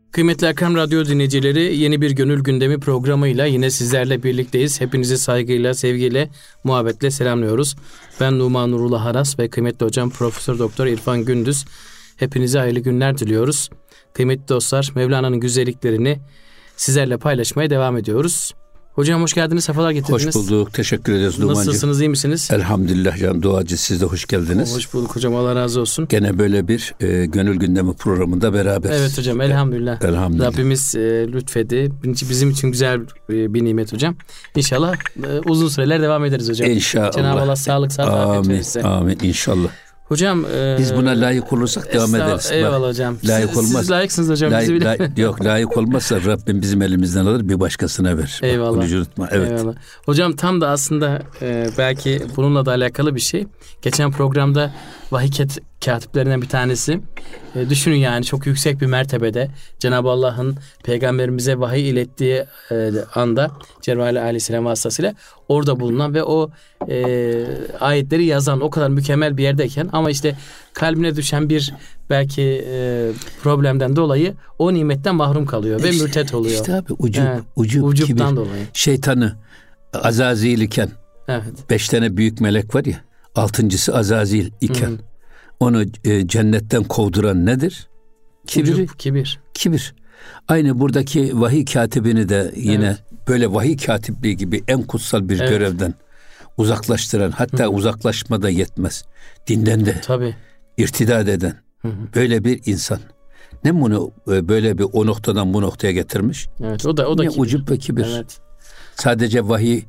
Kıymetli Erkam Radyo dinleyicileri, yeni bir Gönül Gündemi programıyla yine sizlerle birlikteyiz. Hepinizi saygıyla, sevgiyle, muhabbetle selamlıyoruz. Ben Numan Nurullah Aras ve kıymetli hocam Profesör Doktor İrfan Gündüz. Hepinize hayırlı günler diliyoruz. Kıymetli dostlar, Mevlana'nın güzelliklerini sizlerle paylaşmaya devam ediyoruz. Hocam hoş geldiniz, sefalar getirdiniz. Hoş bulduk, teşekkür ederiz Numancığım. Nasılsınız, iyi misiniz? Elhamdülillah can duacı, siz de hoş geldiniz. Hoş bulduk hocam, Allah razı olsun. Gene böyle bir Gönül Gündemi programında beraberiz. Evet hocam, elhamdülillah. Elhamdülillah. Rabbimiz lütfedi. Bizim için güzel bir nimet hocam. İnşallah uzun süreler devam ederiz hocam. İnşallah. Cenab-ı Allah sağlık, sıhhat, afiyet verirse. Amin inşallah. Hocam biz buna layık olursak devam ederiz. Eyvallah hocam. Layık siz layıksınız hocam. Yok, layık olmazsa Rabbim bizim elimizden alır, bir başkasına verir. Eyvallah. Bak, bunu unutma. Evet. Eyvallah. Hocam tam da aslında belki bununla da alakalı bir şey. Geçen programda vahiy katiplerinden bir tanesi. Düşünün yani, çok yüksek bir mertebede Cenab-ı Allah'ın peygamberimize vahiy ilettiği anda Cebrail aleyhisselam vasıtasıyla orada bulunan ve o ayetleri yazan, o kadar mükemmel bir yerdeyken ama işte kalbine düşen bir belki problemden dolayı o nimetten mahrum kalıyor ve mürtet oluyor. İşte abi ucuptan kibir. Dolayı. Şeytanı Azazil iken, evet. 5 tane büyük melek var ya, 6.'sı Azazil iken onu cennetten kovduran nedir? Kibir. Aynı buradaki vahiy katibini de yine böyle vahiy katipliği gibi en kutsal bir görevden uzaklaştıran, hatta uzaklaşmada yetmez, dinden de irtidat eden böyle bir insan. Ne bunu böyle bir o noktadan bu noktaya getirmiş? Evet, o da kibir. Ucup ve kibir. Evet. Sadece vahiy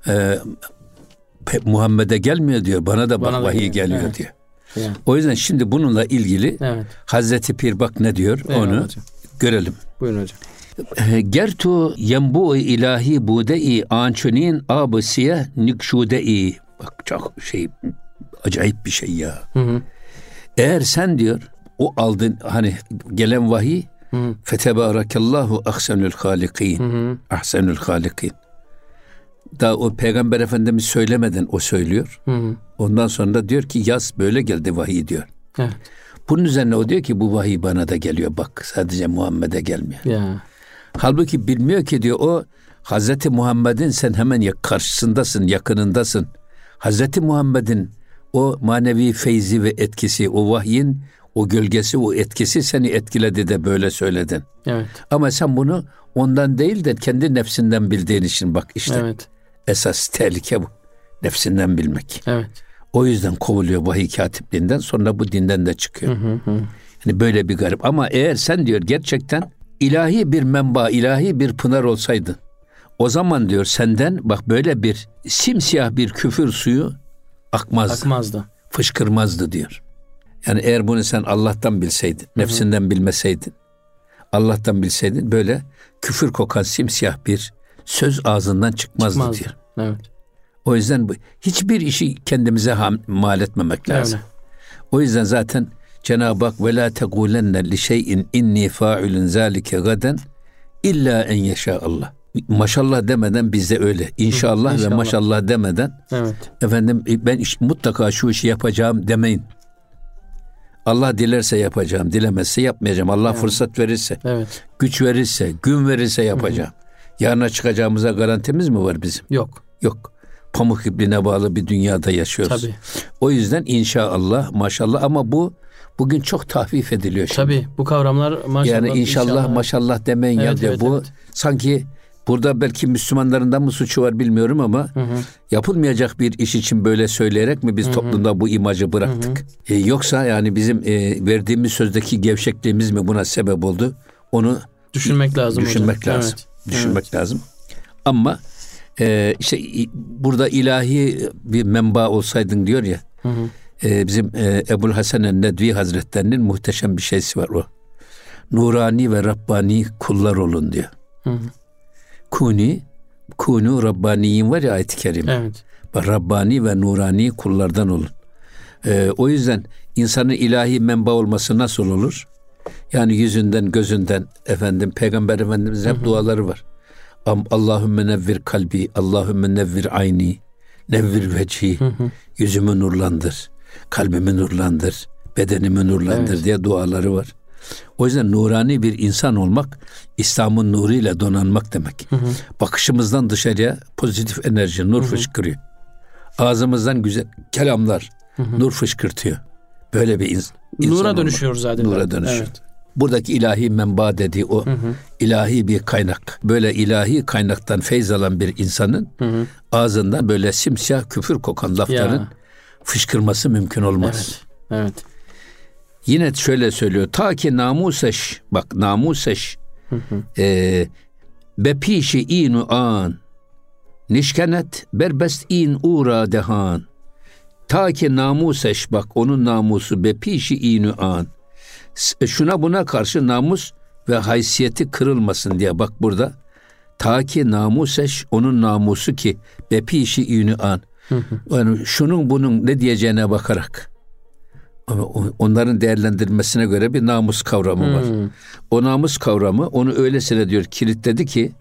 Muhammed'e gelmiyor diyor, bana da vahiy geliyor diyor. Yani. O yüzden şimdi bununla ilgili Hazreti Pir bak ne diyor, onu hocam görelim. Buyurun hocam. Gertu yembu ilahi budei ançunin abisiye nikşudei. Bak çok acayip bir şey ya. Eğer sen diyor o aldın hani gelen vahiy fetebarakallahu ahsenül halikin. Ahsenül halikin. Daha o Peygamber Efendimiz söylemeden o söylüyor. Ondan sonra da diyor ki yaz böyle geldi vahiy diyor. Evet. Bunun üzerine o diyor ki bu vahiy bana da geliyor bak, sadece Muhammed'e gelmiyor. Ya. Halbuki bilmiyor ki diyor o Hazreti Muhammed'in sen hemen karşısındasın, yakınındasın. Hazreti Muhammed'in o manevi feyzi ve etkisi, o vahyin o gölgesi, o etkisi seni etkiledi de böyle söyledin. Evet. Ama sen bunu ondan değil de kendi nefsinden bildiğin için bak işte. Evet. Esas tehlike bu. Nefsinden bilmek. Evet. O yüzden kovuluyor vahiy katipliğinden, sonra bu dinden de çıkıyor. Yani böyle bir garip. Ama eğer sen diyor gerçekten ilahi bir menba, ilahi bir pınar olsaydın, o zaman diyor senden bak böyle bir simsiyah bir küfür suyu akmazdı. Fışkırmazdı diyor. Yani eğer bunu sen Allah'tan bilseydin, nefsinden bilmeseydin, Allah'tan bilseydin böyle küfür kokan simsiyah bir söz ağzından çıkmazdı diyor. Evet. O yüzden hiçbir işi kendimize mal etmemek lazım. Öyle. O yüzden zaten Cenab-ı Hak ve la tegulenne li şeyin inni fa'ilun zalike gaden illa en yeşâ Allah. Maşallah demeden bizde öyle. İnşallah ve maşallah demeden efendim ben mutlaka şu işi yapacağım demeyin. Allah dilerse yapacağım, dilemezse yapmayacağım. Allah fırsat verirse, güç verirse, gün verirse yapacağım. Yarına çıkacağımıza garantimiz mi var bizim? Yok. Pamuk ipliğine bağlı bir dünyada yaşıyoruz. Tabii. O yüzden inşallah, maşallah, ama bu bugün çok tahfif ediliyor şimdi. Tabii bu kavramlar maşallah. Yani inşallah maşallah demeyin ya. Bu sanki burada belki Müslümanların mı suçu var bilmiyorum ama yapılmayacak bir iş için böyle söyleyerek mi biz toplumda bu imajı bıraktık? Yoksa yani bizim verdiğimiz sözdeki gevşekliğimiz mi buna sebep oldu? Onu düşünmek lazım. Düşünmek lazım. Ama işte burada ilahi bir menba olsaydın diyor ya. Bizim Ebu'l Hasan el-Nedvi Hazretlerinin muhteşem bir şeysi var o. Nurani ve Rabbani kullar olun diyor. Kunu Rabbaniyin var ya ayet-i kerime. Evet. Rabbani ve nurani kullardan olun. O yüzden insanın ilahi menba olması nasıl olur? Yani yüzünden, gözünden, Peygamber Efendimiz'in hep duaları var. Allahümme nevvir kalbi, Allahümme nevvir ayni, nevvir vecihi, yüzümü nurlandır, kalbimi nurlandır, bedenimi nurlandır diye duaları var. O yüzden nurani bir insan olmak, İslam'ın nuruyla donanmak demek. Bakışımızdan dışarıya pozitif enerji, nur fışkırıyor. Ağzımızdan güzel kelamlar, nur fışkırtıyor. Böyle bir insan Nura dönüşüyoruz zaten. Nura dönüşüyor. Evet. Buradaki ilahi menba dediği o ilahi bir kaynak. Böyle ilahi kaynaktan feyz alan bir insanın ağzından böyle simsiyah küfür kokan lafların fışkırması mümkün olmaz. Evet. Yine şöyle söylüyor. Ta ki namuseş, bak namuseş bepişi inu an nişkenet berbest in ura dehan. Ta ki namuseş, bak onun namusu bepişi inu an. Şuna buna karşı namus ve haysiyeti kırılmasın diye, bak burada. Ta ki namuseş, onun namusu ki bepişi inu an. Yani şunun bunun ne diyeceğine bakarak. Ama onların değerlendirmesine göre bir namus kavramı var. O namus kavramı onu öylesine diyor kilitledi ki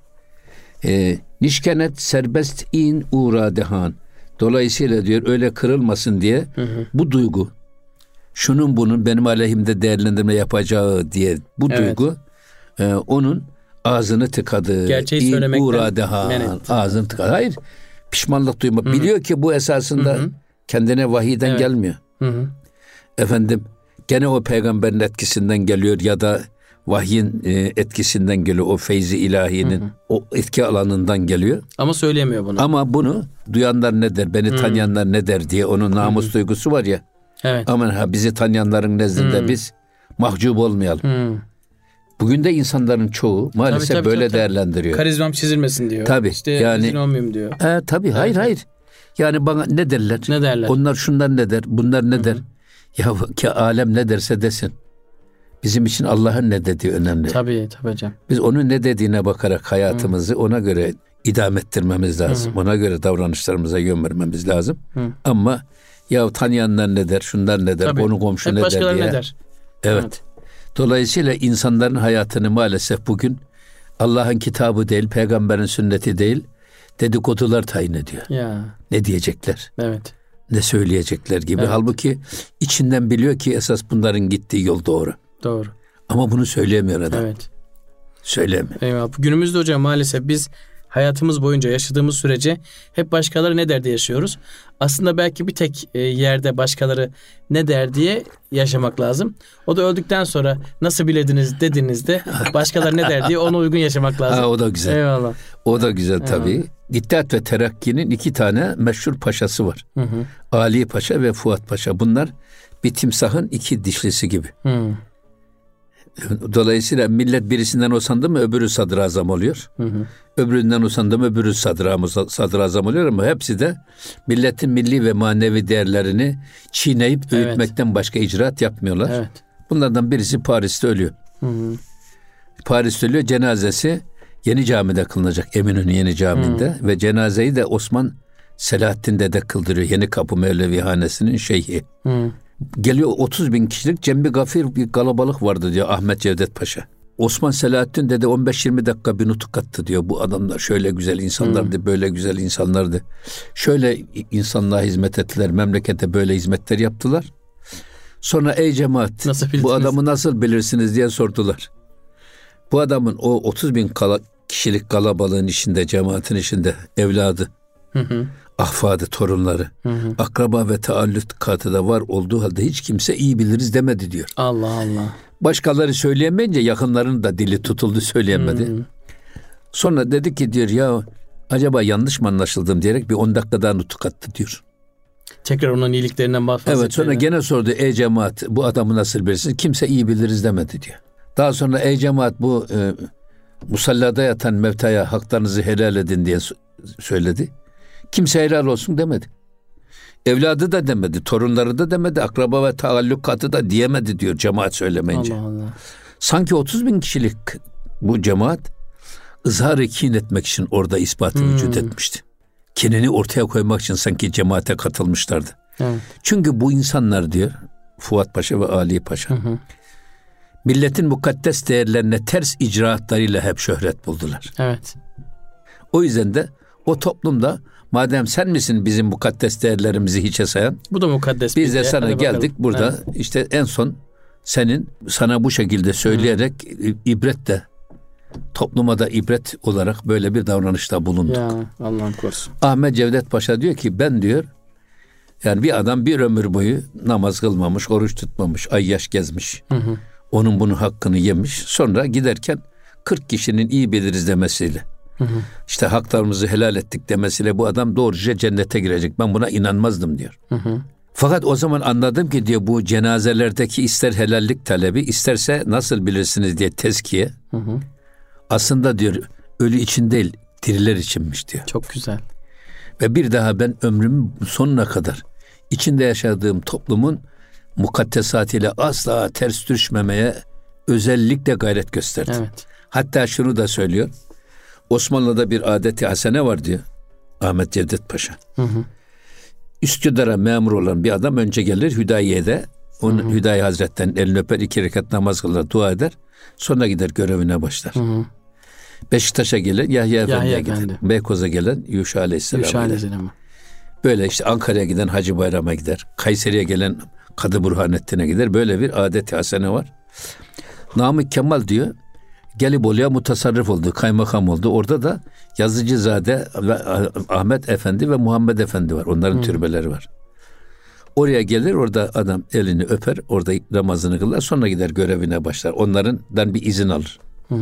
nişkenet serbest in ura dehan. Dolayısıyla diyor öyle kırılmasın diye bu duygu, şunun bunun benim aleyhimde değerlendirme yapacağı diye bu duygu onun ağzını tıkadı. Gerçeği söylemekten. Ura dehan. Ağzını tıkadı. Hayır. Pişmanlık duyma. Biliyor ki bu esasında kendine vahiyden gelmiyor. Efendim gene o peygamberin etkisinden geliyor ya da vahyin etkisinden geliyor. O feyzi ilahinin o etki alanından geliyor. Ama söyleyemiyor bunu. Ama bunu duyanlar ne der, beni tanıyanlar ne der diye onun namus duygusu var ya. Evet. Aman bizi tanıyanların nezdinde biz mahcup olmayalım. Bugün de insanların çoğu maalesef tabii, böyle değerlendiriyor. Karizmam çizilmesin diyor. Tabii. İşte yani olmayayım diyor. Tabii. Evet. Hayır. Yani bana ne derler? Ne derler? Onlar şundan ne der? Bunlar ne der? Ya ki alem ne derse desin. Bizim için Allah'ın ne dediği önemli. Tabii hocam. Biz onun ne dediğine bakarak hayatımızı ona göre idame ettirmemiz lazım. Ona göre davranışlarımıza yön vermemiz lazım. Ama ya tanıyanlar ne der? Şunlar ne der? Tabii. Onu komşu hep ne der diye. Başkaları ne der? Evet. Dolayısıyla insanların hayatını maalesef bugün Allah'ın kitabı değil, peygamberin sünneti değil, dedikodular tayin ediyor. Ya. Ne diyecekler? Evet. Ne söyleyecekler gibi. Evet. Halbuki içinden biliyor ki esas bunların gittiği yol doğru. Doğru. Ama bunu söyleyemiyor adam. Evet. Söyleyemiyor. Eyvallah. Günümüzde hocam maalesef biz hayatımız boyunca yaşadığımız sürece hep başkaları ne der diye yaşıyoruz. Aslında belki bir tek yerde başkaları ne der diye yaşamak lazım. O da öldükten sonra nasıl bilediniz dediğinizde başkaları ne der diye ona uygun yaşamak lazım. O da güzel. Eyvallah. O da güzel tabii. İttihat ve Terakki'nin 2 tane meşhur paşası var. Ali Paşa ve Fuat Paşa. Bunlar bir timsahın 2 dişlisi gibi. Dolayısıyla millet birisinden usandı mı öbürü sadrazam oluyor. Öbüründen usandı mı öbürü sadrazam oluyor ama hepsi de milletin milli ve manevi değerlerini çiğneyip öğütmekten başka icraat yapmıyorlar. Evet. Bunlardan birisi Paris'te ölüyor. Paris'te ölüyor. Cenazesi Yeni Cami'de kılınacak. Eminönü Yeni Cami'de ve cenazeyi de Osman Selahaddin Dede kıldırıyor. Yenikapı Mevlevihanesi'nin şeyhi. Geliyor 30.000 kişilik cembi gafir bir kalabalık vardı diyor Ahmet Cevdet Paşa. Osman Selahaddin Dede 15-20 dakika bir nutuk attı diyor. Bu adamlar şöyle güzel insanlardı, böyle güzel insanlardı. Şöyle insanlığa hizmet ettiler, memlekete böyle hizmetler yaptılar. Sonra ey cemaat bu adamı nasıl bilirsiniz diye sordular. Bu adamın o 30.000 kişilik kalabalığın içinde, cemaatin içinde evladı, ahfadı, torunları, akraba ve taallukatı da var olduğu halde hiç kimse iyi biliriz demedi diyor. Allah Allah. Başkaları söyleyemeyince yakınlarının da dili tutuldu, söyleyemedi. Sonra dedi ki diyor ya acaba yanlış mı anlaşıldım diyerek bir 10 dakika daha nutuk attı diyor. Tekrar onun iyiliklerinden bahsetti. Evet, sonra gene sordu ey cemaat bu adamı nasıl bilirsiniz? Kimse iyi biliriz demedi diyor. Daha sonra ey cemaat bu musallada yatan mevtaya haklarınızı helal edin diye söyledi. Kimse helal olsun demedi. Evladı da demedi, torunları da demedi, akraba ve taallukatı da diyemedi diyor cemaat söylemeyince. Allah Allah. Sanki 30.000 kişilik bu cemaat ızhar-ı kin etmek için orada ispatı vücut etmişti. Kinini ortaya koymak için sanki cemaate katılmışlardı. Evet. Çünkü bu insanlar diyor Fuat Paşa ve Ali Paşa milletin mukaddes değerlerine ters icraatlarıyla hep şöhret buldular. Evet. O yüzden de o toplumda madem sen misin bizim mukaddes değerlerimizi hiçe sayan, bu da mukaddes. biz de sana geldik burada işte en son sana bu şekilde söyleyerek ibret de, topluma da ibret olarak böyle bir davranışta bulunduk. Ya Allah'ım korusun. Ahmet Cevdet Paşa diyor ki ben diyor, yani bir adam bir ömür boyu namaz kılmamış, oruç tutmamış, ayyaş gezmiş. Onun bunun hakkını yemiş. Sonra giderken 40 kişinin iyi biliriz demesiyle, işte haklarımızı helal ettik demesiyle bu adam doğruca cennete girecek. Ben buna inanmazdım diyor. Fakat o zaman anladım ki diyor, bu cenazelerdeki ister helallik talebi, isterse nasıl bilirsiniz diye tezkiye, aslında diyor ölü için değil, diriler içinmiş diyor. Çok güzel. Ve bir daha ben ömrümün sonuna kadar içinde yaşadığım toplumun mukaddesatıyla asla ters düşmemeye özellikle gayret gösterdim. Evet. Hatta şunu da söylüyor. Osmanlı'da bir adeti hasene var diyor Ahmet Cevdet Paşa. Üsküdar'a memur olan bir adam önce gelir Hüdayiye'de, onun Hüdayi Hazretleri'nin elini öper, 2 rekat namaz kılar, dua eder. Sonra gider görevine başlar. Beşiktaş'a gelen Yahya Efendi'ye gider. Beykoz'a gelen Yuşa Aleyhisselam'a. Böyle işte Ankara'ya giden Hacı Bayram'a gider. Kayseri'ye gelen Kadı Burhanettin'e gider. Böyle bir adet-i hasene var. Namık Kemal diyor, Gelibolu'ya mutasarrif oldu, kaymakam oldu. Orada da Yazıcızade ve Ahmet Efendi ve Muhammed Efendi var. Onların türbeleri var. Oraya gelir, orada adam elini öper, orada namazını kılar, sonra gider görevine başlar. Onlardan bir izin alır.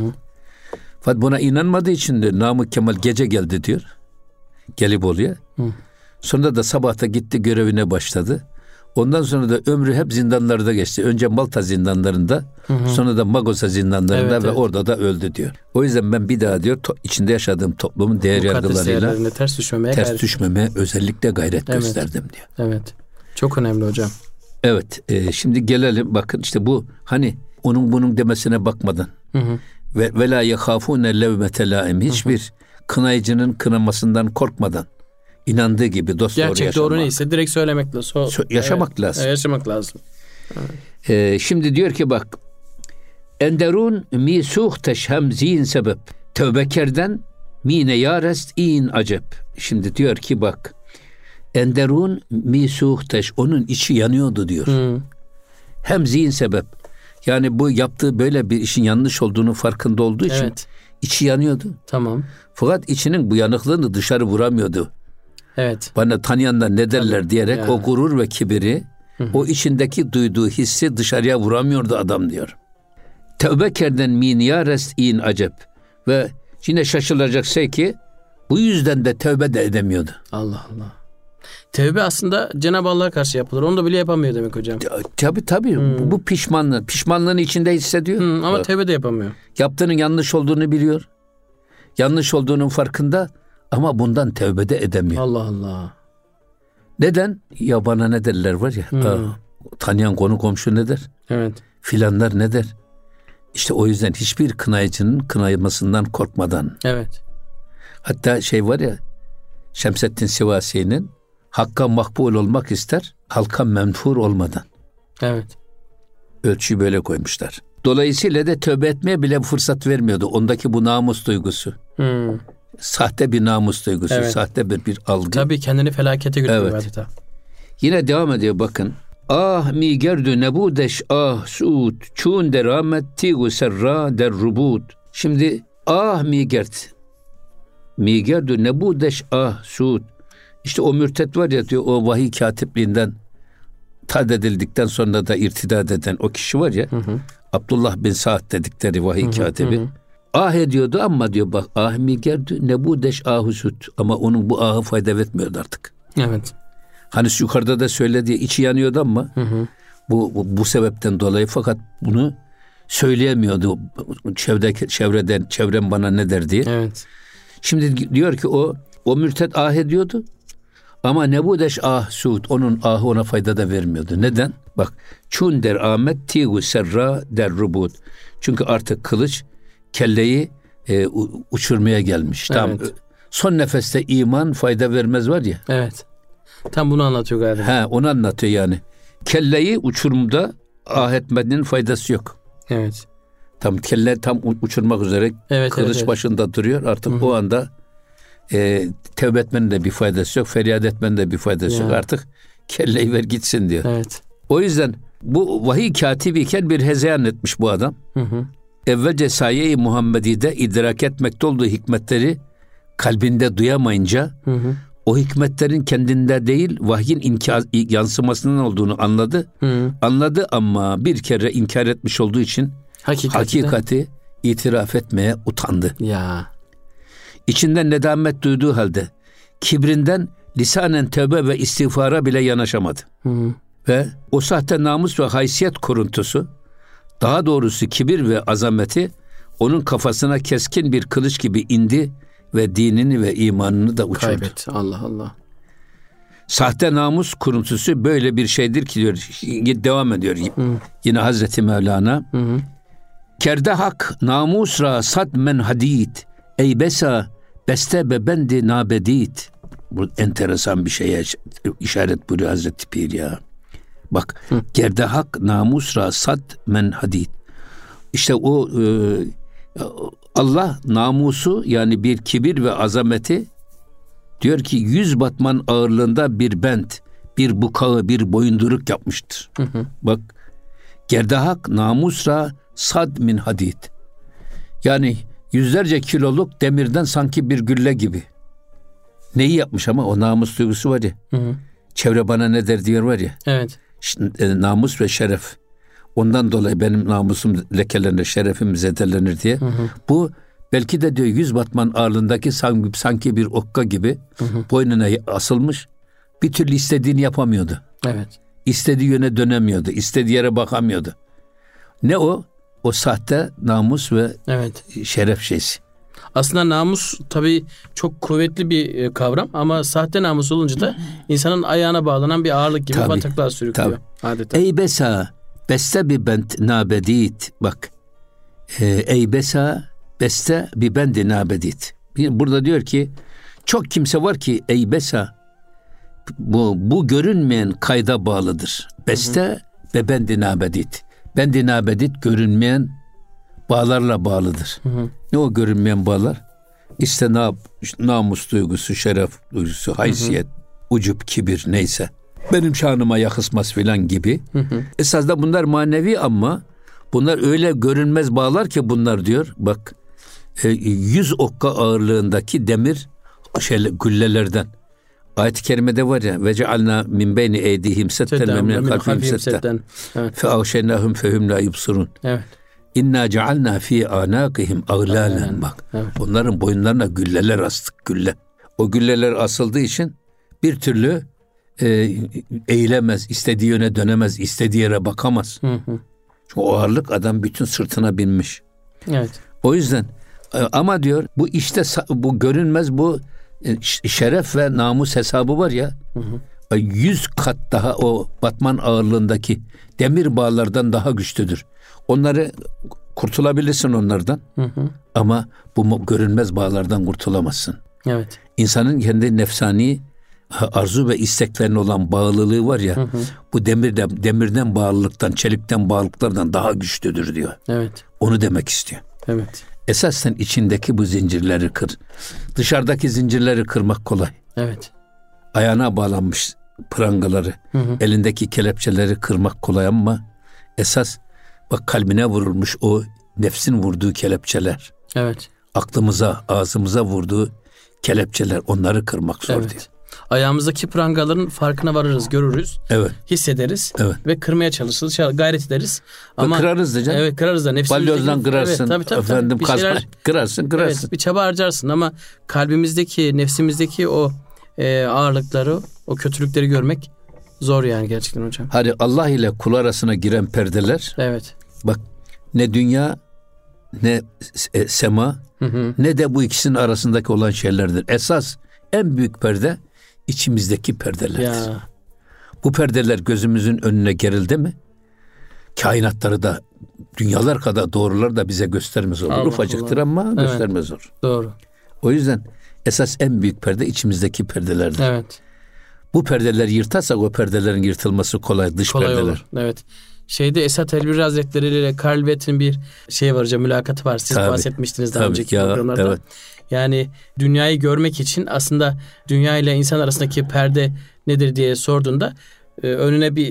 Fakat buna inanmadığı için de Namık Kemal gece geldi diyor Gelibolu'ya. Sonra da sabahta gitti, görevine başladı. Ondan sonra da ömrü hep zindanlarda geçti. Önce Malta zindanlarında, sonra da Magosa zindanlarında ve orada da öldü diyor. O yüzden ben bir daha diyor içinde yaşadığım toplumun değer yargılarıyla ters düşmemeye özellikle gayret gösterdim diyor. Evet. Çok önemli hocam. Evet. Şimdi gelelim, bakın işte bu hani onun bunun demesine bakmadan ve la yehafune levmete laim, hiçbir kınayıcının kınamasından korkmadan inandığı gibi dost gerçek doğru yaşamak. Doğru neyse direkt söylemek lazım. Yaşamak lazım. Yaşamak lazım. Şimdi diyor ki bak, enderun misuh teşhem zin sebep tövbekerden mine yarest in acep. Şimdi diyor ki bak, enderun misuh teş, onun içi yanıyordu diyor. Hem zin sebep, yani bu yaptığı böyle bir işin yanlış olduğunu farkında olduğu için içi yanıyordu. Tamam. Fakat içinin bu yanıklığını dışarı vuramıyordu. Evet. Bana tanıyanlar ne derler diyerek o gurur ve kibiri, o içindeki duyduğu hissi dışarıya vuramıyordu adam diyor. Tevbekerden min yarest in acep, ve yine şaşılacak şey ki bu yüzden de tövbe de edemiyordu. Allah Allah. Tevbe aslında Cenab-ı Allah'a karşı yapılır. Onu da bile yapamıyor demek hocam. Tabii. Bu pişmanlığın içinde hissediyor. Ama tevbe de yapamıyor. Yaptığının yanlış olduğunu biliyor. Yanlış olduğunun farkında ama bundan tevbe de edemiyor. Allah Allah. Neden? Ya bana ne derler var ya. Tanıyan konu komşu ne der? Evet. Filanlar ne der? İşte o yüzden hiçbir kınayıcının kınamasından korkmadan. Evet. Hatta şey var ya, Şemseddin Sivasi'nin hakka makbul olmak ister, halka menfur olmadan. Evet. Ölçüyü böyle koymuşlar. Dolayısıyla da tövbe etmeye bile fırsat vermiyordu. Ondaki bu namus duygusu. Sahte bir namus duygusu, sahte bir algı. Tabii kendini felakete götürüyor adeta. Yine devam ediyor bakın. Ah mi gerdü nebudeş ah suud çun der rahmet tigu serra der rubud. Şimdi ah mi gerdü nebudeş ah suud. İşte o mürtet var ya diyor, o vahiy katipliğinden tad edildikten sonra da irtidat eden o kişi var ya, Abdullah bin Sa'd dedikleri vahiy katibi. Ah ediyordu ama diyor bak, ah mi gerdü nebudeş ahu suud, ama onun bu ahı fayda vermiyordu artık. Evet. Hani yukarıda da söyledi, içi yanıyordu ama bu sebepten dolayı, fakat bunu söyleyemiyordu çevrem bana ne der diye. Evet. Şimdi diyor ki o mürted ah ediyordu ama nebudeş ah suud, onun ahı ona fayda da vermiyordu. Neden? Bak, çun der Ahmet tigu serra der rubud. Çünkü artık kılıç kelleyi uçurmaya gelmiş. Evet. Tam son nefeste iman fayda vermez var ya. Evet. Tam bunu anlatıyor galiba. Onu anlatıyor yani. Kelleyi uçurumda ah etmenin faydası yok. Evet. Kelle tam uçurmak üzere, kılıç başında duruyor. Artık o anda tevbe etmenin de bir faydası yok. Feryat etmenin de bir faydası yok. Artık kelleyi ver gitsin diyor. Evet. O yüzden Bu vahiy katibiyken bir hezeyan etmiş bu adam. Evvelce saye-i Muhammedi'de idrak etmekte olduğu hikmetleri kalbinde duyamayınca o hikmetlerin kendinde değil vahyin yansımasının olduğunu anladı. Anladı ama bir kere inkar etmiş olduğu için hakikati itiraf etmeye utandı. Ya. İçinden nedamet duyduğu halde kibrinden lisanen tövbe ve istiğfara bile yanaşamadı. Ve o sahte namus ve haysiyet kuruntusu, daha doğrusu kibir ve azameti onun kafasına keskin bir kılıç gibi indi ve dinini ve imanını da uçurdu. Kaybetti. Allah Allah. Sahte namus kuruntusu böyle bir şeydir ki diyor. Devam ediyor. Yine Hazreti Mevlana. Kerde hak namus ra sad men hadid ey besa beste bebendi nabedit. Bu enteresan bir şeye işaret buyuruyor Hazreti Pir ya. Bak, gerde hak namus ra sad men hadid. İşte o Allah namusu, yani bir kibir ve azameti, diyor ki 100 batman ağırlığında bir bent, bir bukağı, bir boyunduruk yapmıştır. Bak, gerde hak namus ra sad min hadid. Yani yüzlerce kiloluk demirden sanki bir gülle gibi. Neyi yapmış ama o namus duygusu var ya. Çevre bana ne der diyor var ya. Evet. Namus ve şeref. Ondan dolayı benim namusum lekelenir, şerefim zedelenir diye. Bu belki de diyor 100 batman ağırlığındaki sanki bir okka gibi boynuna asılmış. Bir türlü istediğini yapamıyordu. Evet. İstediği yöne dönemiyordu. İstediği yere bakamıyordu. Ne o? O sahte namus ve şeref şeysi. Aslında namus tabii çok kuvvetli bir kavram ama sahte namus olunca da insanın ayağına bağlanan bir ağırlık gibi bataklığa sürüklüyor. Adeta. Ey besa beste bi bent nabedit. Bak. Ey besa beste bi bendi nabedit. Burada diyor ki çok kimse var ki ey besa bu görünmeyen kayda bağlıdır. Beste ve bendi nabedit. Bendi nabedit görünmeyen bağlarla bağlıdır. Ne o görünmeyen bağlar? İşte namus duygusu, şeref duygusu, haysiyet, ucup, kibir neyse. Benim şanıma yakışmaz filan gibi. Esasında bunlar manevi ama bunlar öyle görünmez bağlar ki bunlar diyor. Bak 100 okka ağırlığındaki demir güllelerden. Ayet-i kerimede var ya ve cealna min beyni eydihim setten ve min halfihim setten fe avşeynahum fehum la yubsurun. Evet. İnna cealna fi anakihim ağlalen. Bak. Evet. Onların boyunlarına gülleler astık, gülle. O gülleler asıldığı için bir türlü eğilemez, istediği yöne dönemez, istediği yere bakamaz. Çünkü o ağırlık adam bütün sırtına binmiş. Evet. O yüzden ama diyor bu işte bu görünmez bu şeref ve namus hesabı var ya 100 kat daha o batman ağırlığındaki demir bağlardan daha güçlüdür. Onları kurtulabilirsin onlardan ama bu görünmez bağlardan kurtulamazsın. Evet. İnsanın kendi nefsani arzu ve isteklerine olan bağlılığı var ya bu demirden bağlılıktan, çelikten bağlılıklardan daha güçlüdür diyor. Evet. Onu demek istiyor. Evet. Esas sen içindeki bu zincirleri kır. Dışarıdaki zincirleri kırmak kolay. Evet. Ayağına bağlanmış prangaları, elindeki kelepçeleri kırmak kolay ama esas bak kalbine vurulmuş o nefsin vurduğu kelepçeler. Evet. Aklımıza, ağzımıza vurduğu kelepçeler, onları kırmak zor diyor. Ayağımızdaki prangaların farkına varırız, görürüz. Evet. Hissederiz. Evet. Ve kırmaya çalışırız, gayret ederiz. Ama kırarız da canım. Evet, kırarız da. Balyozdan kırarsın. Evet, tabii, efendim kazma kırarsın. Evet, bir çaba harcarsın ama kalbimizdeki, nefsimizdeki o ağırlıkları, o kötülükleri görmek zor yani gerçekten hocam. Hadi Allah ile kul arasına giren perdeler. Evet. Bak ne dünya ne sema ne de bu ikisinin arasındaki olan şeylerdir. Esas en büyük perde içimizdeki perdelerdir. Ya. Bu perdeler gözümüzün önüne gerildi mi kainatları da dünyalar kadar doğrular da bize göstermez olur. Ufacıktır ama göstermez olur. Doğru. O yüzden esas en büyük perde içimizdeki perdelerdir. Evet. Bu perdeler yırtarsak o perdelerin yırtılması kolay, dış kolay perdeler. Olur. Evet. Esat Elbir Hazretleri ile Karl Vett'in bir var hocam, mülakatı var. Siz bahsetmiştiniz daha önceki programlarda. Evet. Yani dünyayı görmek için aslında dünya ile insan arasındaki perde nedir diye sorduğunda önüne bir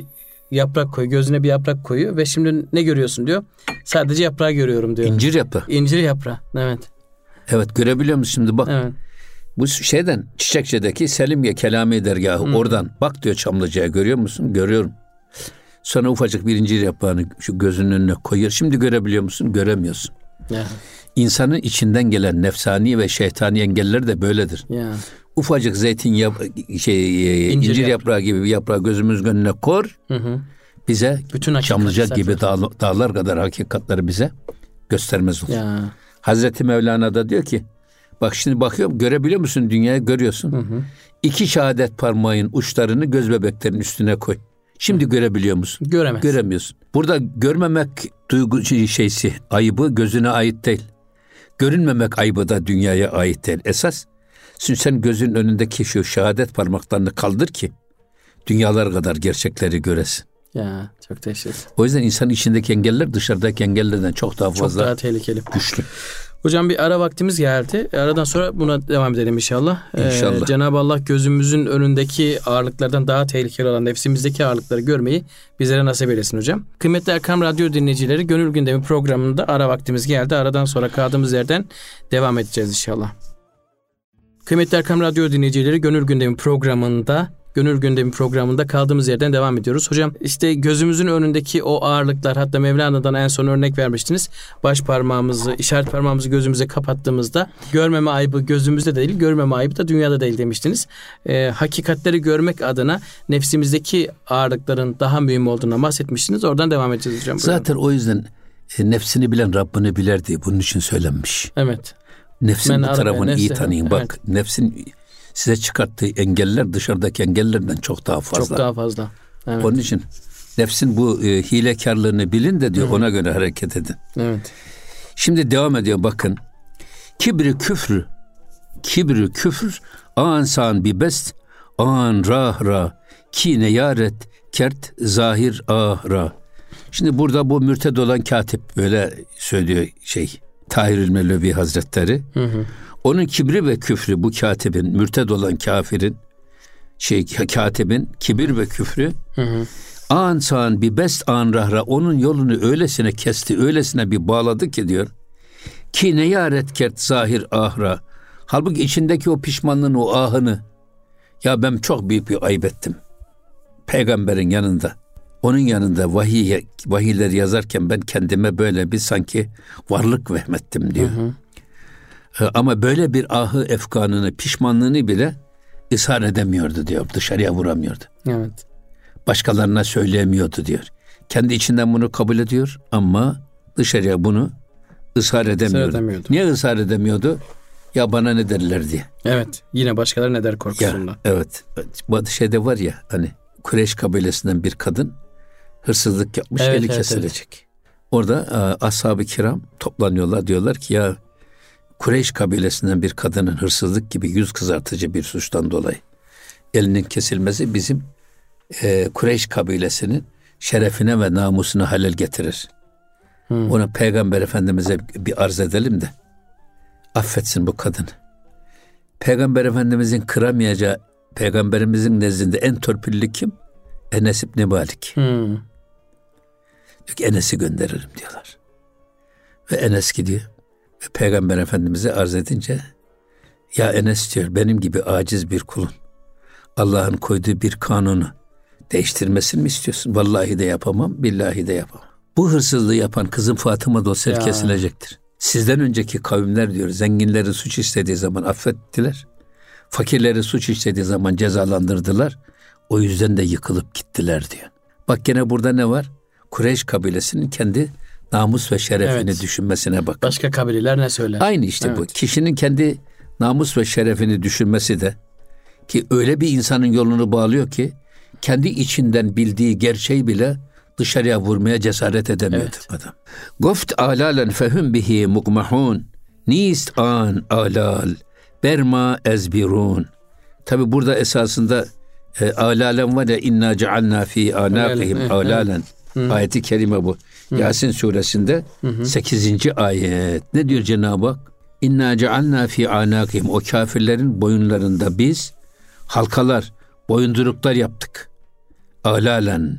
yaprak koyuyor. Gözüne bir yaprak koyuyor ve şimdi ne görüyorsun diyor. Sadece yaprağı görüyorum diyor. İncir yaprağı. İncir yaprağı. Evet. Evet, görebiliyor musun şimdi bak. Evet. Bu şeyden Çiçekçe'deki Selimiye Kelami dergahı oradan bak diyor Çamlıca'ya, görüyor musun? Görüyorum. Sonra ufacık bir incir yaprağını şu gözünün önüne koyuyor. Şimdi görebiliyor musun? Göremiyorsun. Ya. İnsanın içinden gelen nefsani ve şeytani engeller de böyledir. Ya. Ufacık zeytin incir yaprağı gibi bir yaprağı gözümüzün önüne kor. Bize bütün Çamlıca gibi dağlar kadar hakikatleri bize göstermez olur. Ya. Hazreti Mevlana da diyor ki, bak şimdi bakıyorum, görebiliyor musun dünyayı? Görüyorsun. 2 şehadet parmağın uçlarını göz bebeklerin üstüne koy. Şimdi görebiliyor musun? Göremiyorsun. Burada görmemek duygu ayıbı gözüne ait değil. Görünmemek ayıbı da dünyaya ait değil. Esas sen gözün önündeki şu şehadet parmaklarını kaldır ki dünyalar kadar gerçekleri göresin. Ya çok teşekkür. O yüzden insanın içindeki engeller dışarıdaki engellerden çok daha fazla. Çok daha tehlikeli. Güçlü. Hocam bir ara vaktimiz geldi. Aradan sonra buna devam edelim inşallah. İnşallah. Cenab-ı Allah gözümüzün önündeki ağırlıklardan daha tehlikeli olan nefsimizdeki ağırlıkları görmeyi bizlere nasip eylesin hocam. Kıymetli Erkam Radyo dinleyicileri, Gönül Gündemi programında ara vaktimiz geldi. Aradan sonra kaldığımız yerden devam edeceğiz inşallah. Kıymetli Erkam Radyo dinleyicileri, Gönül Gündemi programında kaldığımız yerden devam ediyoruz. Hocam işte gözümüzün önündeki o ağırlıklar, hatta Mevlana'dan en son örnek vermiştiniz. Baş parmağımızı, işaret parmağımızı gözümüze kapattığımızda görmeme ayıbı gözümüzde değil, görmeme ayıbı da dünyada değil demiştiniz. Hakikatleri görmek adına nefsimizdeki ağırlıkların daha mühim olduğuna bahsetmiştiniz. Oradan devam edeceğiz hocam. Zaten o yüzden nefsini bilen Rabbini biler diye bunun için söylenmiş. Evet. Nefsin bu tarafını iyi tanıyın. Evet. Bak nefsin size çıkarttığı engeller dışarıdaki engellerden çok daha fazla. Çok daha fazla. Evet. Onun için nefsin bu hilekarlığını bilin de diyor, ona göre hareket edin. Evet. Şimdi devam ediyor bakın. Kibri küfür an bi best an ra ki neyaret kert zahir ahra. Şimdi burada bu mürted olan katip böyle söylüyor Tahir Mevlevi Hazretleri. Onun kibri ve küfrü, bu katibin, mürted olan kafirin, katibin kibir ve küfrü, an sağın bir best an rahra, onun yolunu öylesine kesti, öylesine bir bağladı ki diyor, ki ne yaret kert zahir ahra, halbuki içindeki o pişmanlığın, o ahını, ya ben çok büyük bir ayıp ettim. Peygamberin yanında, onun yanında vahiyleri yazarken ben kendime böyle bir sanki varlık vehmettim diyor. Ama böyle bir ahı, efkanını, pişmanlığını bile ishar edemiyordu diyor. Dışarıya vuramıyordu. Evet. Başkalarına söyleyemiyordu diyor. Kendi içinden bunu kabul ediyor ama dışarıya bunu ishar edemiyordu. Niye ishar edemiyordu? Ya bana ne derler diye. Evet. Yine başkaları ne der korkusunda. Evet. Bu şeyde var ya, hani Kureyş kabilesinden bir kadın hırsızlık yapmış, eli kesilecek. Evet. Orada ashab-ı kiram toplanıyorlar, diyorlar ki ya Kureyş kabilesinden bir kadının hırsızlık gibi yüz kızartıcı bir suçtan dolayı elinin kesilmesi bizim Kureyş kabilesinin şerefine ve namusuna halel getirir. Ona Peygamber Efendimiz'e bir arz edelim de affetsin bu kadını. Peygamber Efendimiz'in kıramayacağı, Peygamberimizin nezdinde en torpilli kim? Enes İbni Malik. Diyor ki Enes'i gönderirim diyorlar. Ve Enes gidiyor. Ve Peygamber Efendimiz'e arz edince, ya Enes diyor, benim gibi aciz bir kulun Allah'ın koyduğu bir kanunu değiştirmesini mi istiyorsun? Vallahi de yapamam, billahi de yapamam. Bu hırsızlığı yapan kızım Fatıma da olsa kesilecektir. Sizden önceki kavimler diyor, zenginlerin suç işlediği zaman affettiler. Fakirlerin suç işlediği zaman cezalandırdılar. O yüzden de yıkılıp gittiler diyor. Bak gene burada ne var? Kureyş kabilesinin kendi namus ve şerefini düşünmesine bakın. Başka kabileler ne söyler? Aynı işte bu. Kişinin kendi namus ve şerefini düşünmesi de, ki öyle bir insanın yolunu bağlıyor ki kendi içinden bildiği gerçeği bile dışarıya vurmaya cesaret edemiyordu adam. Goft alalen fehum bihi mugmahun nist an alal berma ezbirun. Tabi burada esasında alalen var ya, inna cealna fi anaqihim alalen. Ayeti kerime bu. Yasin suresinde 8. ayet. Ne diyor Cenab-ı Hak? İnna cealna fi anaqihim. O kafirlerin boyunlarında biz halkalar, boyunduruklar yaptık. Alalen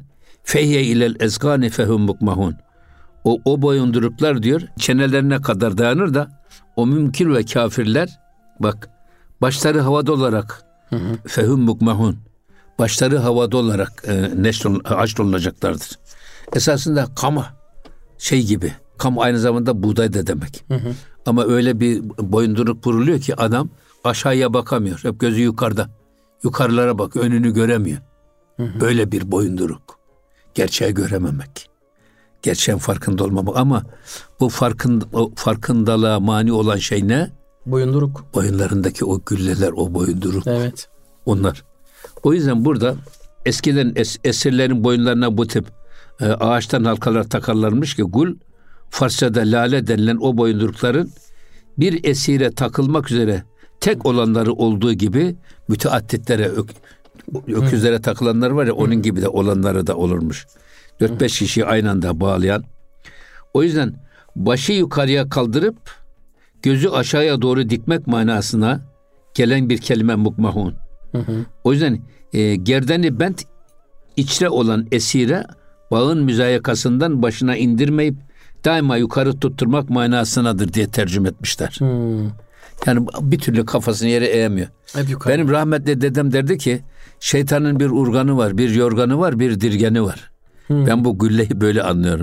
Feyye ilel ezgani fehum mukmahun. O boyunduruklar diyor çenelerine kadar dayanır da o mümkün ve kafirler bak başları havada olarak fehum mukmahun. Başları havada olarak haşrolunacaklardır. Esasında kama şey gibi. Kam aynı zamanda buğday da demek. Ama öyle bir boyunduruk vuruluyor ki adam aşağıya bakamıyor. Hep gözü yukarıda. Yukarılara bak, önünü göremiyor. Böyle bir boyunduruk. Gerçeği görememek. Gerçeğin farkında olmamak. Ama bu farkındalığa mani olan şey ne? Boyunduruk. Boyunlarındaki o gülleler, o boyunduruk. Evet. Onlar. O yüzden burada eskiden esirlerin boyunlarına bu tip ağaçtan halkalar takarlarmış ki gul, Farsçada lale denilen o boyundurukların bir esire takılmak üzere tek olanları olduğu gibi müteadditlere, öküzlere takılanlar var ya onun gibi de olanları da olurmuş. 4-5 kişiyi aynı anda bağlayan. O yüzden başı yukarıya kaldırıp gözü aşağıya doğru dikmek manasına gelen bir kelime mukmahun. O yüzden gerdeni bent içre olan esire bağın müzayakasından başına indirmeyip daima yukarı tutturmak manasınadır diye tercüme etmişler. Yani bir türlü kafasını yere eğemiyor. Benim rahmetli dedem derdi ki şeytanın bir urganı var, bir yorganı var, bir dirgeni var. Ben bu gülleyi böyle anlıyorum.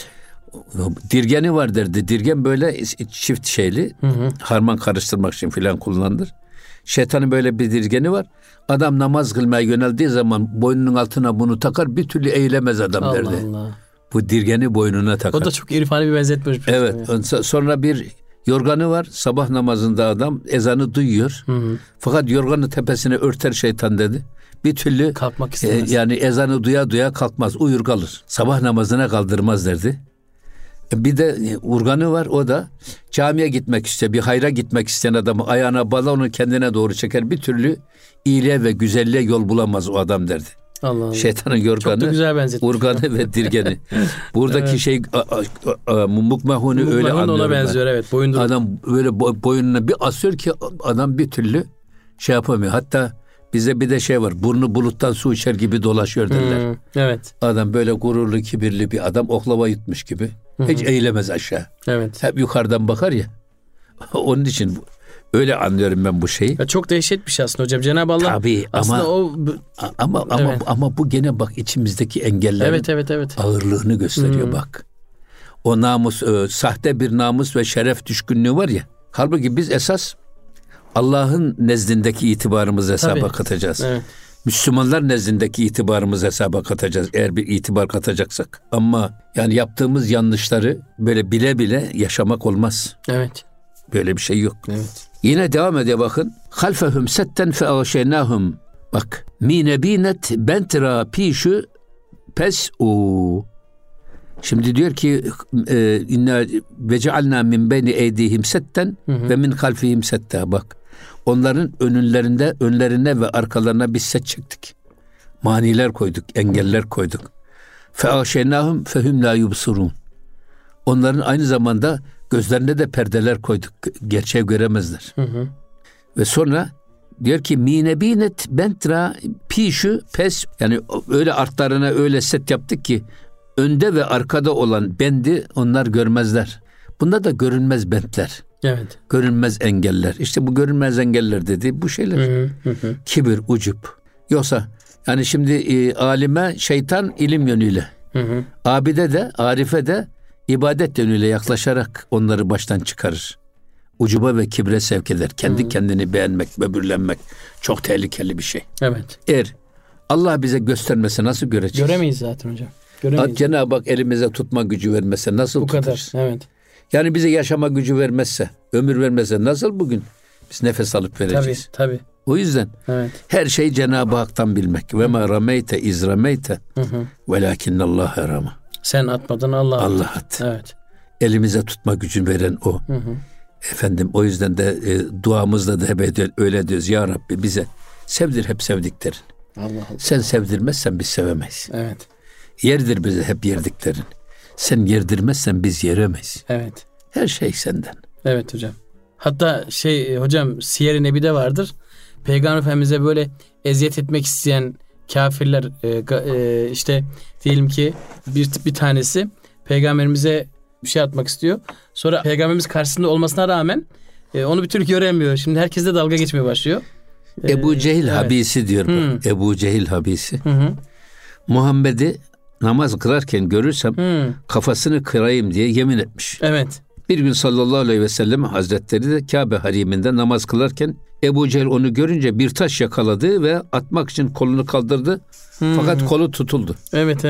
Dirgeni var derdi. Dirgen böyle çift şeyli. Harman karıştırmak için filan kullanılır. Şeytanın böyle bir dirgeni var. Adam namaz kılmaya yöneldiği zaman boynunun altına bunu takar, bir türlü eğilemez adam derdi. Allah. Bu dirgeni boynuna takar. O da çok irfani bir benzetme. Evet. Sonra bir yorganı var. Sabah namazında adam ezanı duyuyor. Fakat yorganı tepesine örter şeytan dedi. Bir türlü kalkmak istemez. Yani ezanı duya duya kalkmaz. Uyur kalır. Sabah namazına kaldırmaz derdi. Bir de urganı var, o da camiye gitmek istiyor, bir hayra gitmek isteyen adamı ayağına bağlar, onu kendine doğru çeker, bir türlü iyiliğe ve güzelliğe yol bulamaz o adam derdi. Allah Allah. Şeytanın yorganı, urganı ve dirgeni. Buradaki şey mukmahunu öyle anlıyorum ona benziyor ben. Evet, boyunduruk. Adam böyle boynuna bir asıyor ki adam bir türlü şey yapamıyor. Hatta bize bir de şey var, burnu buluttan su içer gibi dolaşıyor derler. Evet. Adam böyle gururlu, kibirli bir adam, oklava yutmuş gibi. Hiç eğilemez aşağı. Evet. Hep yukarıdan bakar ya. Onun için öyle anlıyorum ben bu şeyi. Ya çok dehşet bir şey aslında hocam. Cenab-ı Allah tabii, ama bu gene bak içimizdeki engellerin evet. ağırlığını gösteriyor bak. O namus, sahte bir namus ve şeref düşkünlüğü var ya. Halbuki biz esas Allah'ın nezdindeki itibarımızı hesaba katacağız. Evet. Müslümanlar nezdindeki itibarımızı hesaba katacağız eğer bir itibar katacaksak. Ama yani yaptığımız yanlışları böyle bile bile yaşamak olmaz. Evet. Böyle bir şey yok. Evet. Yine devam ediyor bakın. Halfehum setten fe ağşeynahum. Bak. Mine binet bentra pişu pes u. Şimdi diyor ki inna vecealna min beyni eydihim setten ve min halfihim setta. Bak. Onların önlerine ve arkalarına biz set çektik. Maniler koyduk, engeller koyduk. Fe ağşeynahum fehum la yubsurun. Onların aynı zamanda gözlerine de perdeler koyduk. Gerçeği göremezler. Ve sonra diyor ki mine binet bentra pişu pes, yani öyle artlarına öyle set yaptık ki önde ve arkada olan bendi onlar görmezler. Bunda da görünmez bentler. Evet. Görünmez engeller. İşte bu görünmez engeller dedi bu şeyler. Kibir, ucup. Yoksa yani şimdi alime şeytan ilim yönüyle. Abide de, arife de ibadet yönüyle yaklaşarak onları baştan çıkarır. Ucuba ve kibre sevk eder. Kendi kendini beğenmek, böbürlenmek çok tehlikeli bir şey. Evet. Eğer Allah bize göstermese nasıl göreceğiz? Göremeyiz zaten hocam. Göremeyiz. Cenab-ı Hak elimize tutma gücü vermese nasıl tutarız? Bu kadar. Evet. Yani bize yaşama gücü vermezse, ömür vermezse nasıl bugün biz nefes alıp vereceğiz? Tabii. O yüzden her şey Cenab-ı Hak'tan bilmek. Ve ma rameyte iz rameyte velakinnallâhe rama. Sen atmadın, Allah attı. Evet. Elimize tutma gücünü veren o. Efendim o yüzden de duamızda da hep öyle diyoruz. Ya Rabbi bize sevdir hep sevdiklerin. Allah. Sen sevdirmezsen biz sevemeyiz. Evet. Yerdir bize hep yerdiklerin. Sen yerdirmezsen biz yeremeyiz. Evet. Her şey senden. Evet hocam. Hatta hocam Siyer-i Nebi'de vardır. Peygamber Efendimiz'e böyle eziyet etmek isteyen kafirler işte diyelim ki bir tanesi peygamberimize bir şey atmak istiyor. Sonra peygamberimiz karşısında olmasına rağmen onu bir türlü göremiyor. Şimdi herkes de dalga geçmeye başlıyor. Ebu Cehil habisi diyor. Ebu Cehil habisi. Muhammed'i namaz kılarken görürsem kafasını kırayım diye yemin etmiş. Evet. Bir gün sallallahu aleyhi ve sellem Hazretleri de Kabe hariminde namaz kılarken Ebu Cehil onu görünce bir taş yakaladı ve atmak için kolunu kaldırdı. Fakat kolu tutuldu. Evet.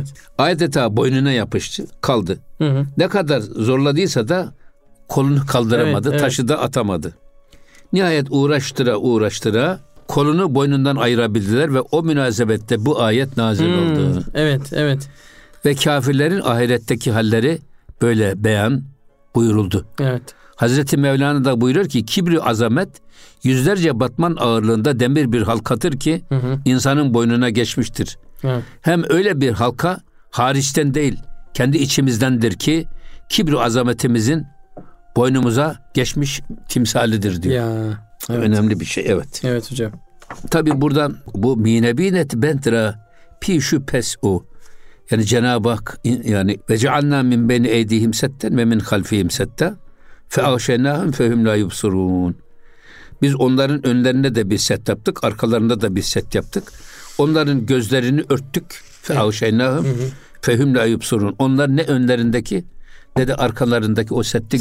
Adeta boynuna yapıştı, kaldı. Ne kadar zorladıysa da kolunu kaldıramadı, taşı da atamadı. Nihayet uğraştıra kolunu boynundan ayırabildiler ve o münasebette bu ayet nazil oldu. Evet. Ve kafirlerin ahiretteki halleri böyle beyan buyuruldu. Evet. Hazreti Mevlana da buyuruyor ki kibri azamet yüzlerce batman ağırlığında demir bir halkadır ki insanın boynuna geçmiştir. Hem öyle bir halka hariçten değil kendi içimizdendir ki kibri azametimizin boynumuza geçmiş timsalidir diyor. Ya, evet. Önemli bir şey, evet. Evet hocam. Tabi buradan bu minebinet bentra pi şüphes o. Yani Cenab-ı Hak yani ve cealna min beyni eydihim setten ve min halfihim setta fe ağşenâhum fehum la yubsurûn. Biz onların önlerine de bir set yaptık, arkalarında da bir set yaptık. Onların gözlerini örttük. Fe ağşenâhum fehum la yubsurûn. Onlar ne önlerindeki ne de arkalarındaki o setti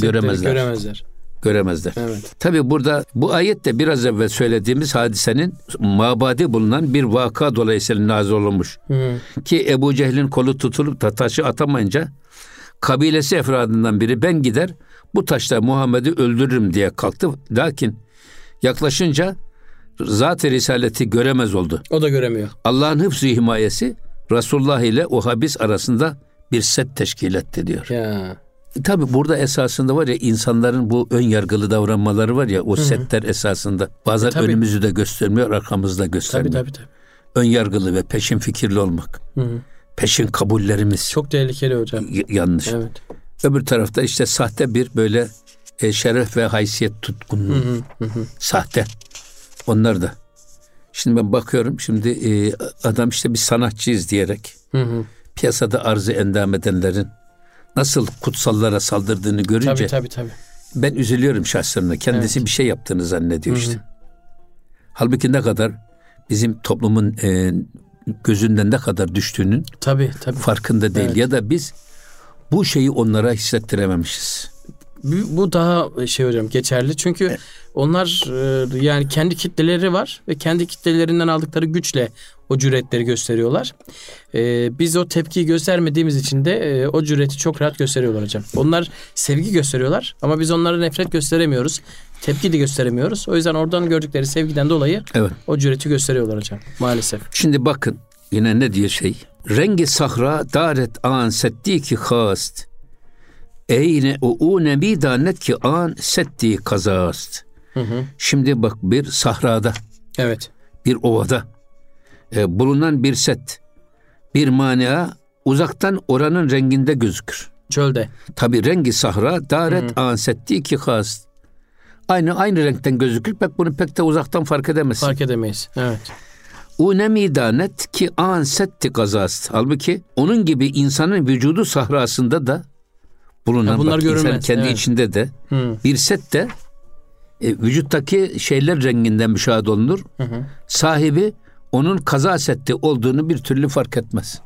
göremezler. Evet. Tabi burada bu ayette biraz evvel söylediğimiz hadisenin mabadi bulunan bir vaka dolayısıyla nazil olmuş. Ki Ebu Cehil'in kolu tutulup da taşı atamayınca kabilesi efradından biri ben gider bu taşla Muhammed'i öldürürüm diye kalktı. Lakin yaklaşınca zat-ı risaleti göremez oldu. O da göremiyor. Allah'ın hıfz-ı himayesi Resulullah ile o habis arasında bir set teşkil etti diyor. Ya. Tabii burada esasında var ya insanların bu ön yargılı davranmaları var ya o setler esasında. Bazen önümüzü de göstermiyor, arkamızı da göstermiyor. Tabii. Ön yargılı ve peşin fikirli olmak. Peşin kabullerimiz. Çok tehlikeli hocam. Yanlış. Evet. Öbür tarafta işte sahte bir böyle şeref ve haysiyet tutkunluğu. Sahte. Onlar da. Şimdi ben bakıyorum adam işte bir sanatçıyız diyerek piyasada arzı endam edenlerin nasıl kutsallara saldırdığını görünce tabii. ben üzülüyorum şahslarına. Kendisi bir şey yaptığını zannediyor işte. Halbuki ne kadar bizim toplumun gözünden ne kadar düştüğünün tabii. farkında değil. Ya da biz bu şeyi onlara hissettirememişiz. Bu daha hocam geçerli. Çünkü onlar yani kendi kitleleri var ve kendi kitlelerinden aldıkları güçle o cüretleri gösteriyorlar. Biz o tepkiyi göstermediğimiz için de o cüreti çok rahat gösteriyorlar hocam. Onlar sevgi gösteriyorlar ama biz onlara nefret gösteremiyoruz. Tepki de gösteremiyoruz. O yüzden oradan gördükleri sevgiden dolayı o cüreti gösteriyorlar hocam maalesef. Şimdi bakın yine ne diyor Rengi sahra daret an setti ki hast. Eyne o nebi danet ki an setti kazast. Şimdi bak bir sahrada, bir ovada bulunan bir set, bir mania uzaktan oranın renginde gözükür. Çölde. Tabi rengi sahra daret an setti ki hast. Aynı renkten gözükür. Bunu pek de uzaktan fark edemezsin. Fark edemeyiz. Evet. O nemi danet ki an setti kazast. Halbuki onun gibi insanın vücudu sahrasında da bulunan bunlar insan kendi içinde de bir set de vücuttaki şeyler renginden müşahede olunur. Sahibi onun kaza setti olduğunu bir türlü fark etmez.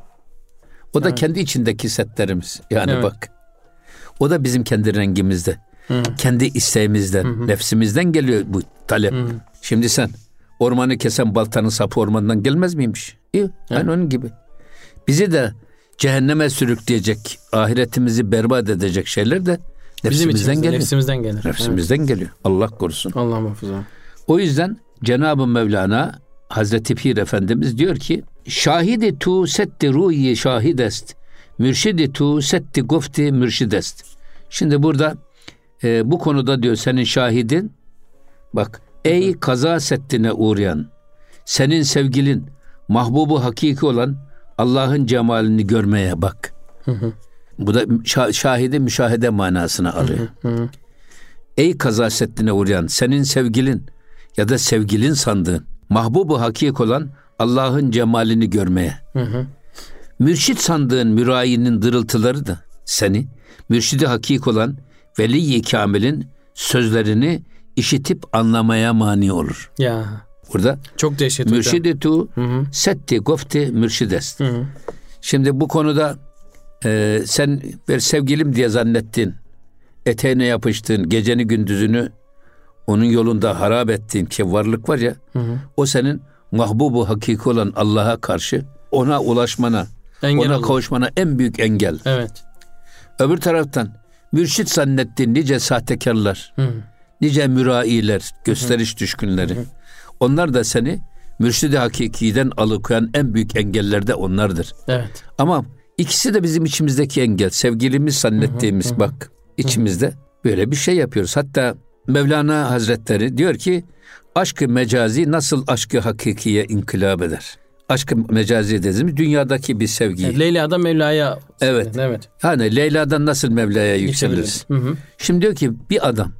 O da kendi içindeki setlerimiz. Yani bak. O da bizim kendi rengimizde. Kendi isteğimizden, nefsimizden geliyor bu talep. Şimdi sen ormanı kesen baltanın sapı ormandan gelmez miymiş? Yani onun gibi. Bizi de cehenneme sürükleyecek, ahiretimizi berbat edecek şeyler de nefsimizden geliyor. Nefsimizden geliyor. Allah korusun. Allah muhafaza. O yüzden Cenab-ı Mevlana Hazreti Pir Efendimiz diyor ki şahidi tu setti ruhi şahidest, mürşidi tu setti gofti mürşidest. Şimdi burada bu konuda diyor senin şahidin bak ey kaza settine uğrayan senin sevgilin mahbubu hakiki olan Allah'ın cemalini görmeye bak. Bu da şahide müşahede manasına alıyor. Ey kaza settine uğrayan senin sevgilin ya da sevgilin sandığın mahbubu hakiki olan Allah'ın cemalini görmeye. Mürşit sandığın mürayinin dırıltıları da seni mürşidi hakik olan Veli-i Kamil'in sözlerini işitip anlamaya mani olur. Ya. Burada çok dehşet hocam. Mürşidetu setti gofti mürşidest. Şimdi bu konuda sen bir sevgilim diye zannettin, eteğine yapıştın, geceni gündüzünü onun yolunda harap ettiğin ki varlık var ya, o senin mahbubu hakiki olan Allah'a karşı ona ulaşmana, engel ona olur. Kavuşmana en büyük engel. Evet. Öbür taraftan mürşit zannettiğin nice sahtekarlar, nice mürailer, gösteriş düşkünleri, onlar da seni mürşid-i hakikiden alıkoyan en büyük engeller de onlardır. Evet. Ama ikisi de bizim içimizdeki engel. Sevgilimiz zannettiğimiz bak içimizde böyle bir şey yapıyoruz. Hatta Mevlana Hazretleri diyor ki aşk-ı mecazi nasıl aşk-ı hakikiye inkılap eder? Aşk-ı mecazi dediğimiz dünyadaki bir sevgiyi. Evet, Leyla'dan Mevla'ya. Evet. Yani Leyla'dan nasıl Mevla'ya yükseliriz? Şimdi diyor ki bir adam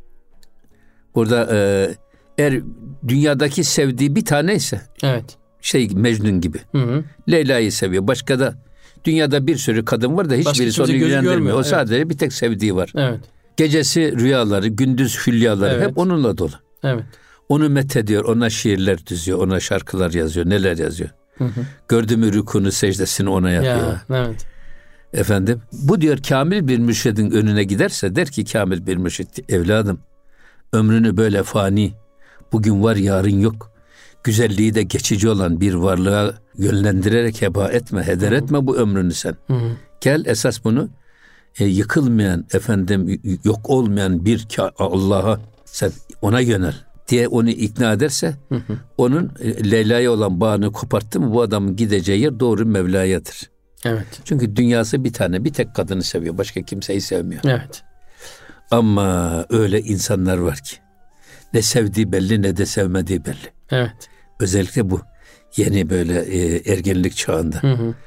burada eğer dünyadaki sevdiği bir taneyse, evet, Mecnun gibi. Leyla'yı seviyor. Başka da dünyada bir sürü kadın var da hiçbirisi onu ilgilendirmiyor. O sadece bir tek sevdiği var. Evet. Gecesi rüyaları, gündüz hülyaları hep onunla dolu. Evet. Onu methediyor, ona şiirler düzüyor, ona şarkılar yazıyor, neler yazıyor. Gördü mü rükûnu secdesini ona yapıyor. Ya, evet. Efendim, bu diyor kamil bir mürşidin önüne giderse der ki kamil bir mürşid, evladım ömrünü böyle fani, bugün var yarın yok, güzelliği de geçici olan bir varlığa yönlendirerek heba etme, heder etme bu ömrünü sen. Gel esas bunu yıkılmayan, yok olmayan bir Allah'a sen ona yönel diye onu ikna ederse onun Leyla'ya olan bağını koparttı mı bu adamın gideceği yer doğru Mevla'yadır. Evet. Çünkü dünyası bir tane, bir tek kadını seviyor, başka kimseyi sevmiyor. Evet. Ama öyle insanlar var ki ne sevdiği belli ne de sevmediği belli. Evet. Özellikle bu yeni böyle ergenlik çağında.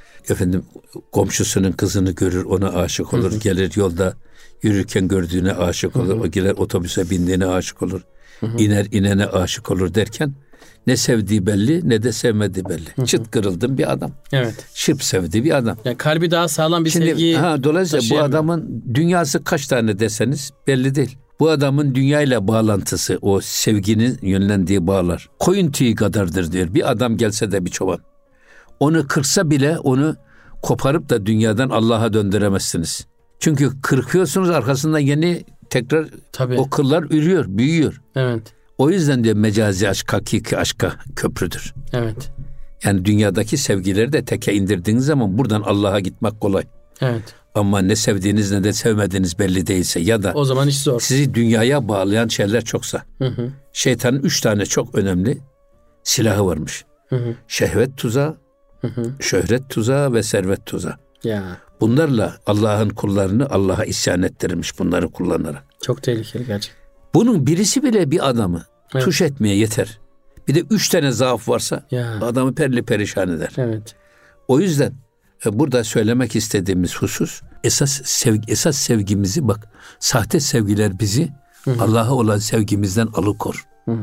Komşusunun kızını görür, ona aşık olur. Gelir yolda yürürken gördüğüne aşık olur. O gider otobüse bindiğine aşık olur. İner inene aşık olur derken ne sevdiği belli ne de sevmediği belli. Çıt kırıldım bir adam. Evet. Şıp sevdiği bir adam. Yani kalbi daha sağlam bir sevgiyi dolayısıyla bu adamın dünyası kaç tane deseniz belli değil. Bu adamın dünyayla bağlantısı, o sevginin yönlendiği bağlar koyun tüyü kadardır diyor. Bir adam gelse de bir çoban, onu kırsa bile onu koparıp da dünyadan Allah'a döndüremezsiniz. Çünkü kırkıyorsunuz, arkasından yeni tekrar o kıllar ürüyor, büyüyor. Evet. O yüzden diyor mecazi aşk hakiki aşka köprüdür. Evet. Yani dünyadaki sevgileri de teke indirdiğiniz zaman buradan Allah'a gitmek kolay. Evet. Ama ne sevdiğiniz ne de sevmediğiniz belli değilse ya da o zaman iş zor. Sizi dünyaya bağlayan şeyler çoksa. Şeytanın 3 tane çok önemli silahı varmış. Şehvet tuzağı, şöhret tuzağı ve servet tuzağı. Ya. Bunlarla Allah'ın kullarını Allah'a isyan ettirirmiş bunları kullanarak. Çok tehlikeli gerçekten. Bunun birisi bile bir adamı tuş etmeye yeter. Bir de 3 tane zaaf varsa adamı perişan eder. Evet. O yüzden burada söylemek istediğimiz husus esas sevgimizi bak, sahte sevgiler bizi Allah'a olan sevgimizden alıkor.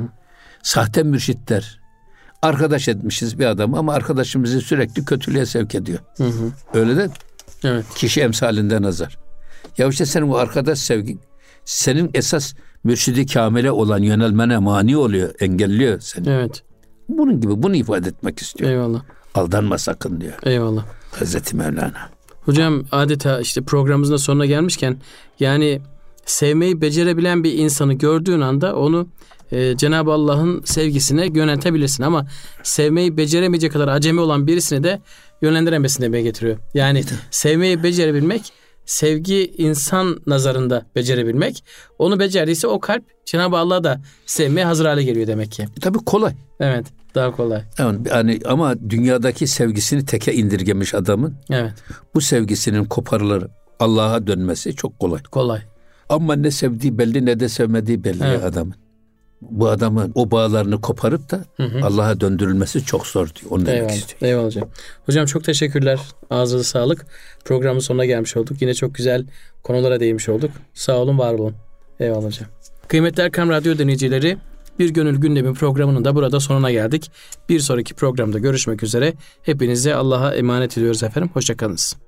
Sahte mürşitler arkadaş etmişiz bir adamı ama arkadaşımızı sürekli kötülüğe sevk ediyor. Öyle de kişi emsalinden azar. Ya işte senin bu arkadaş sevgin senin esas mürşidi kamile olan yönelmene mani oluyor, engelliyor seni. Evet. Bunun gibi bunu ifade etmek istiyor. Eyvallah. Aldanma sakın diyor. Eyvallah. Hazreti Mevlana. Hocam adeta işte programımızın da sonuna gelmişken yani sevmeyi becerebilen bir insanı gördüğün anda onu Cenab-ı Allah'ın sevgisine yöneltebilirsin ama sevmeyi beceremeyecek kadar acemi olan birisini de yönlendiremezsin demeye getiriyor. Yani sevmeyi becerebilmek, sevgi insan nazarında becerebilmek, onu becerdiyse o kalp Cenab-ı Allah'a da sevmeye hazır hale geliyor demek ki. Tabii kolay. Evet, daha kolay. Yani ama dünyadaki sevgisini teke indirgemiş adamın bu sevgisinin koparılır Allah'a dönmesi çok kolay. Kolay. Ama ne sevdiği belli ne de sevmediği belli adamın. Bu adamın o bağlarını koparıp da Allah'a döndürülmesi çok zor diyor. Onu demek istiyor. Eyvallah hocam. Hocam çok teşekkürler. Ağzınıza sağlık. Programın sonuna gelmiş olduk. Yine çok güzel konulara değinmiş olduk. Sağ olun, var olun. Eyvallah hocam. Kıymetli Erkam Radyo dinleyicileri, Bir Gönül Gündemi programının da burada sonuna geldik. Bir sonraki programda görüşmek üzere. Hepinize Allah'a emanet ediyoruz efendim. Hoşça kalınız.